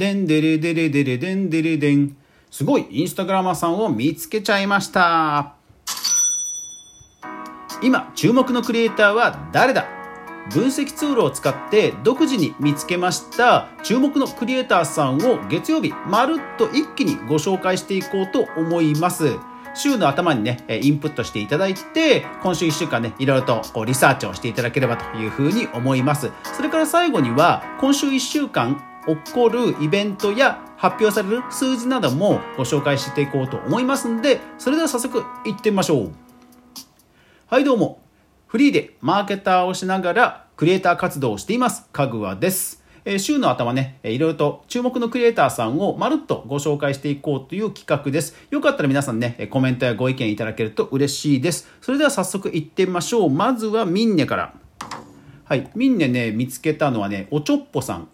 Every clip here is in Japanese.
でんでれでれでれでんでれでん。すごいインスタグラマーさんを見つけちゃいました。今注目のクリエイターは誰だ。分析ツールを使って独自に見つけました注目のクリエイターさんを月曜日まるっと一気にご紹介していこうと思います。週の頭にねインプットしていただいて、今週1週間ねいろいろとリサーチをしていただければというふうに思います。それから最後には今週1週間起こるイベントや発表される数字などもご紹介していこうと思いますので、それでは早速いってみましょう。はいどうも、フリーでマーケターをしながらクリエイター活動をしていますかぐわです。週の頭ねいろいろと注目のクリエイターさんをまるっとご紹介していこうという企画です。よかったら皆さんねコメントやご意見いただけると嬉しいです。それでは早速いってみましょう。まずはミンネから。はい、ミンネね見つけたのはねおちょっぽさん、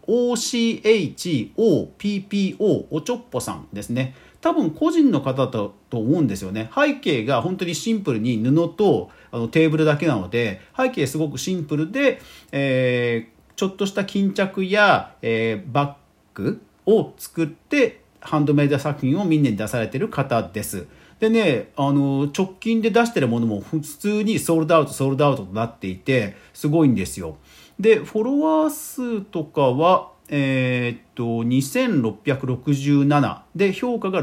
OCHOPPO おちょっぽさんですね。多分個人の方だと思うんですよね。背景が本当にシンプルに布とテーブルだけなので、背景すごくシンプルで、ちょっとした巾着や、バッグを作ってハンドメイド作品をみんなに出されている方です。でね、直近で出してるものも普通にソールドアウトとなっていてすごいんですよ。でフォロワー数とかは2667で評価が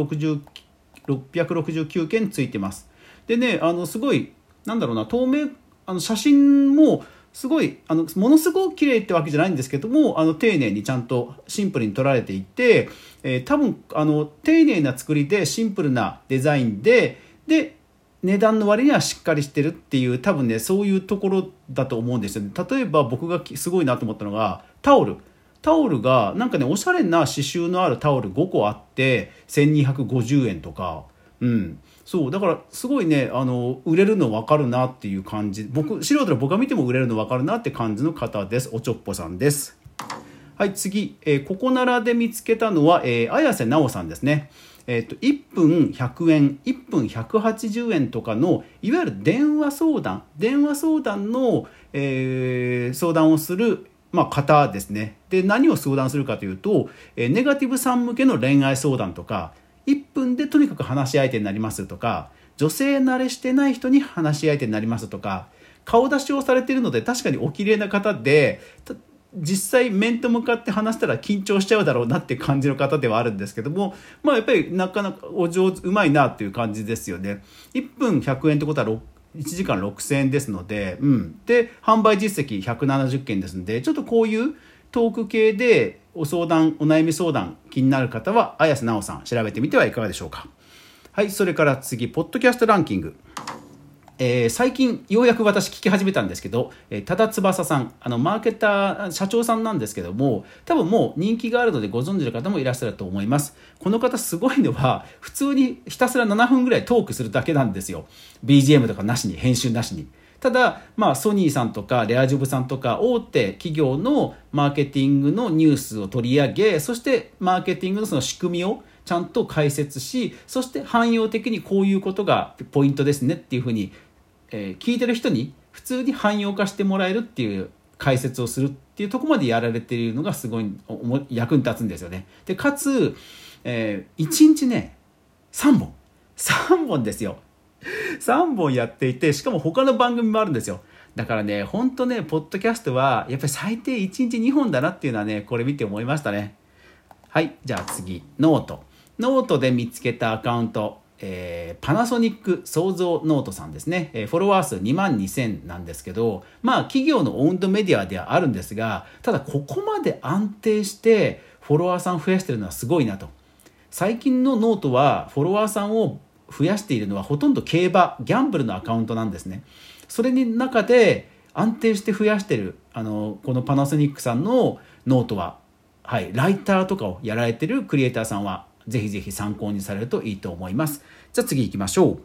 669件ついてます。でねすごいなんだろうな、透明写真もすごいものすごく綺麗ってわけじゃないんですけども丁寧にちゃんとシンプルに撮られていて、多分丁寧な作りでシンプルなデザインで値段の割にはしっかりしてるっていう、多分ねそういうところだと思うんですよね。例えば僕がすごいなと思ったのがタオルがなんかねおしゃれな刺繍のあるタオル5個あって1250円とか、そうだからすごいね売れるの分かるなっていう感じ、素人の僕が見ても売れるの分かるなって感じの方です。おちょっぽさんです。はい次、ここならで見つけたのは、綾瀬直さんですね。1分100円1分180円とかのいわゆる電話相談の、相談をする方ですね。で何を相談するかというと、ネガティブさん向けの恋愛相談とか、1分でとにかく話し相手になりますとか、女性慣れしてない人に話し相手になりますとか、顔出しをされているので確かにお綺麗な方で実際面と向かって話したら緊張しちゃうだろうなって感じの方ではあるんですけども、やっぱりなかなかお上手うまいなっていう感じですよね。1分100円ってことは1時間6000円ですので、で販売実績170件ですので、ちょっとこういうトーク系でお悩み相談気になる方は綾瀬直さん調べてみてはいかがでしょうか。はい、それから次ポッドキャストランキング。最近ようやく私聞き始めたんですけど、多田翼さんマーケター社長さんなんですけども、多分もう人気があるのでご存知の方もいらっしゃると思います。この方すごいのは普通にひたすら7分ぐらいトークするだけなんですよ。 BGM とかなしに、編集なしに。ただソニーさんとかレアジョブさんとか大手企業のマーケティングのニュースを取り上げ、そしてマーケティングのその仕組みをちゃんと解説し、そして汎用的にこういうことがポイントですねっていうふうに聞いてる人に普通に汎用化してもらえるっていう解説をするっていうところまでやられているのがすごい役に立つんですよね。でかつ、1日ね3本ですよ。3本やっていて、しかも他の番組もあるんですよ。だからね本当ねポッドキャストはやっぱり最低1日2本だなっていうのはねこれ見て思いましたね。はい、じゃあ次ノートで見つけたアカウント、パナソニック創造ノートさんですね。フォロワー数22000なんですけど、企業のオウンドメディアではあるんですが、ただここまで安定してフォロワーさん増やしてるのはすごいなと。最近のノートはフォロワーさんを増やしているのはほとんど競馬ギャンブルのアカウントなんですね。それの中で安定して増やしているこのパナソニックさんのノートは、ライターとかをやられているクリエイターさんはぜひぜひ参考にされるといいと思います。じゃあ次行きましょう。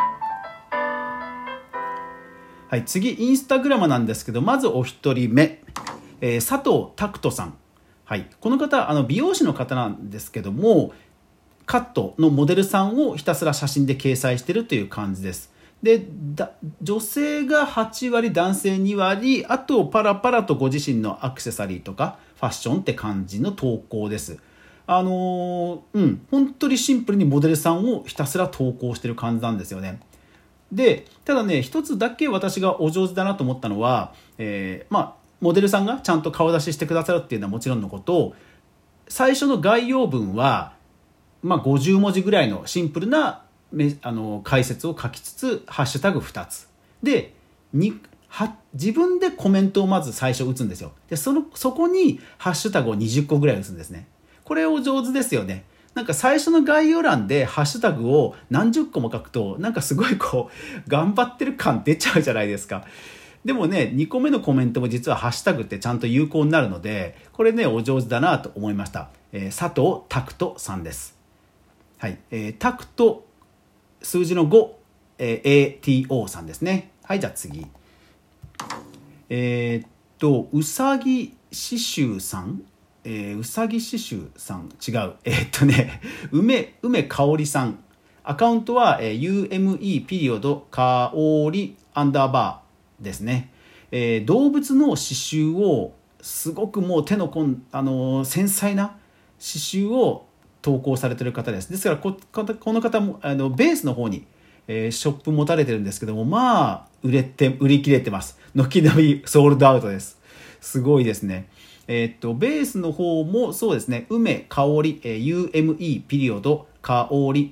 はい、次インスタグラムなんですけど、まずお一人目、佐藤拓人さん。この方美容師の方なんですけども、カットのモデルさんをひたすら写真で掲載しているという感じです。で女性が8割男性2割、あとパラパラとご自身のアクセサリーとかファッションって感じの投稿です。本当にシンプルにモデルさんをひたすら投稿してる感じなんですよね。でただね、一つだけ私がお上手だなと思ったのは、モデルさんがちゃんと顔出ししてくださるっていうのはもちろんのこと、最初の概要文は、50文字ぐらいのシンプルな解説を書きつつ、ハッシュタグ2つで自分でコメントをまず最初打つんですよ。でそこにハッシュタグを20個ぐらい打つんですね。これお上手ですよね。なんか最初の概要欄でハッシュタグを何十個も書くと、なんかすごい頑張ってる感出ちゃうじゃないですか。でもね、2個目のコメントも実はハッシュタグってちゃんと有効になるので、これねお上手だなと思いました。佐藤拓人さんです。はい、タクト数字の5、ATO さんですね。はい、じゃあ次。うさぎ刺繍さん、うさぎ刺繍さん違う。梅かおりさん。アカウントは、UME ピリオドかおりアンダーバーですね。動物の刺繍をすごくもう繊細な刺繍を投稿されている方です。ですからこの方もベースの方に、ショップ持たれてるんですけども、売り切れてます。軒並みソールドアウトです。すごいですね。ベースの方もそうですね。梅かおり、UME ピリオドかおり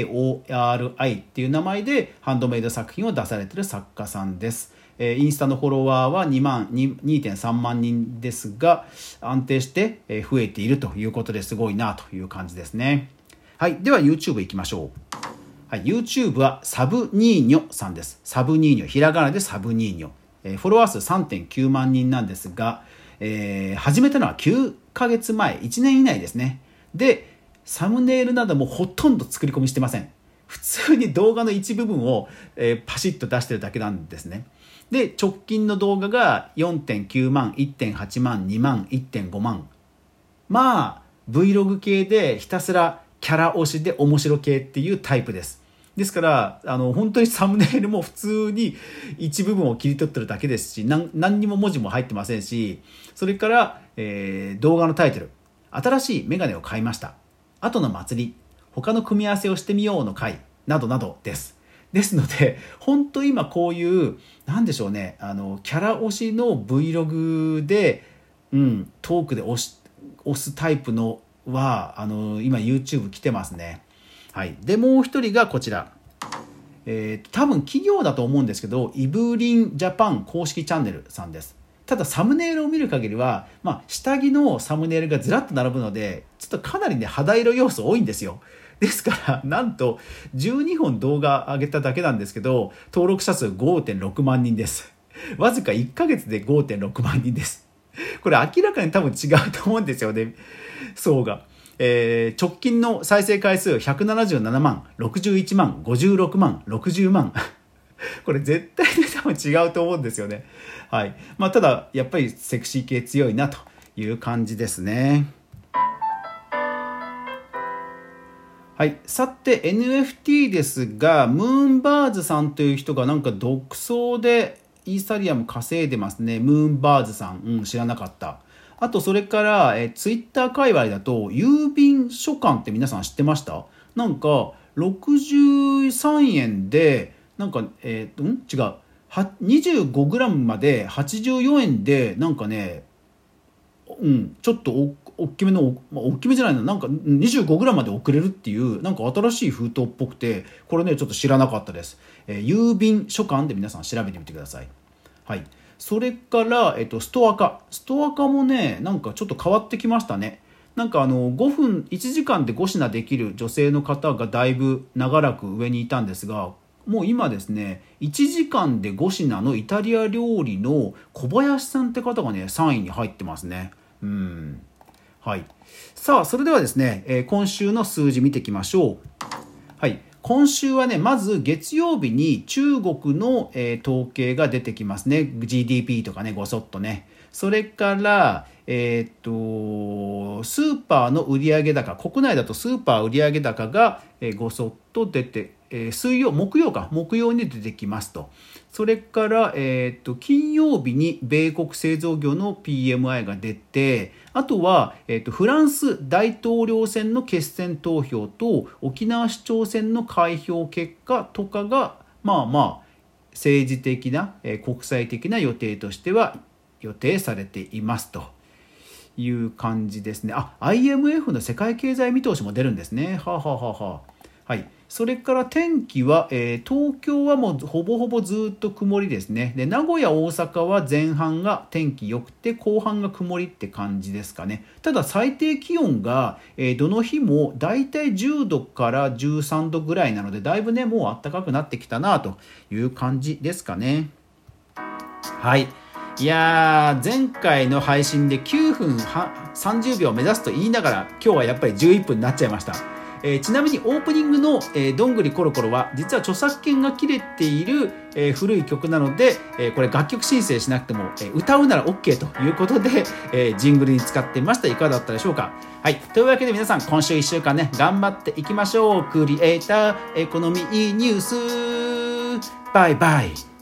KAORI っていう名前でハンドメイド作品を出されている作家さんです。インスタのフォロワーは2.3万人ですが、安定して増えているということですごいなという感じですね。はい、では YouTube 行きましょう。はい、YouTube はサブニーニョさんです。サブニーニョ、ひらがなでサブニーニョ。フォロワー数 3.9 万人なんですが、始めたのは9ヶ月前、1年以内ですね。で、サムネイルなどもほとんど作り込みしてません。普通に動画の一部分を、パシッと出してるだけなんですね。で、直近の動画が 4.9 万、1.8 万、2万、1.5 万。Vlog 系でひたすらキャラ推しで面白系っていうタイプです。ですから本当にサムネイルも普通に一部分を切り取ってるだけですし、何にも文字も入ってませんし、それから、動画のタイトル、新しいメガネを買いました、後の祭り、他の組み合わせをしてみようの回などなどです。ですので本当今こういうなんでしょうね、キャラ推しの Vlog で、トークで押すタイプのは今 YouTube 来てますね。はい、でもう一人がこちら、多分企業だと思うんですけど、イブリンジャパン公式チャンネルさんです。ただサムネイルを見る限りは、下着のサムネイルがずらっと並ぶので、ちょっとかなりね肌色要素多いんですよ。ですからなんと12本動画上げただけなんですけど、登録者数 5.6 万人です。わずか1ヶ月で 5.6 万人です。これ明らかに多分違うと思うんですよね、層が。直近の再生回数177万、61万、56万、60万。これ絶対に多分違うと思うんですよね。はい。ただ、やっぱりセクシー系強いなという感じですね。はい。さて、NFT ですが、ムーンバーズさんという人がなんか独創でイーサリアム稼いでますね。ムーンバーズさん。知らなかった。あとそれからツイッター界隈だと郵便書館って皆さん知ってました？なんか63円でなんか違う 25g まで84円でなんかね、ちょっと大きめの、大きめじゃないの、なんか 25g まで送れるっていうなんか新しい封筒っぽくて、これねちょっと知らなかったです。郵便書館で皆さん調べてみてください。はい。それから、ストアカもねなんかちょっと変わってきましたね。なんか5分1時間で5品できる女性の方がだいぶ長らく上にいたんですが、もう今ですね1時間で5品のイタリア料理の小林さんって方がね3位に入ってますね。はい。さあそれではですね、今週の数字見ていきましょう。はい。今週はね、まず月曜日に中国の、統計が出てきますね。GDP とかね、ごそっとね。それから、スーパーの売上高、国内だとスーパー売上高が、ごそっと出て、木曜に出てきますと。それから、金曜日に米国製造業の PMI が出て、 あとは、フランス大統領選の決選投票と沖縄市長選の開票結果とかが政治的な、国際的な予定としては予定されていますという感じですね。IMF の世界経済見通しも出るんですね。はい。それから天気は、東京はもうほぼほぼずっと曇りですね。で、名古屋、大阪は前半が天気良くて後半が曇りって感じですかね。ただ最低気温が、どの日もだいたい10度から13度ぐらいなので、だいぶねもう暖かくなってきたなという感じですかね。はい。いやー、前回の配信で9分30秒を目指すと言いながら今日はやっぱり11分になっちゃいました。ちなみにオープニングの、どんぐりコロコロは実は著作権が切れている、古い曲なので、これ楽曲申請しなくても、歌うなら OK ということで、ジングルに使ってみました。いかがだったでしょうか。はい。というわけで皆さん今週1週間ね頑張っていきましょう。クリエイターエコノミーニュースバイバイ。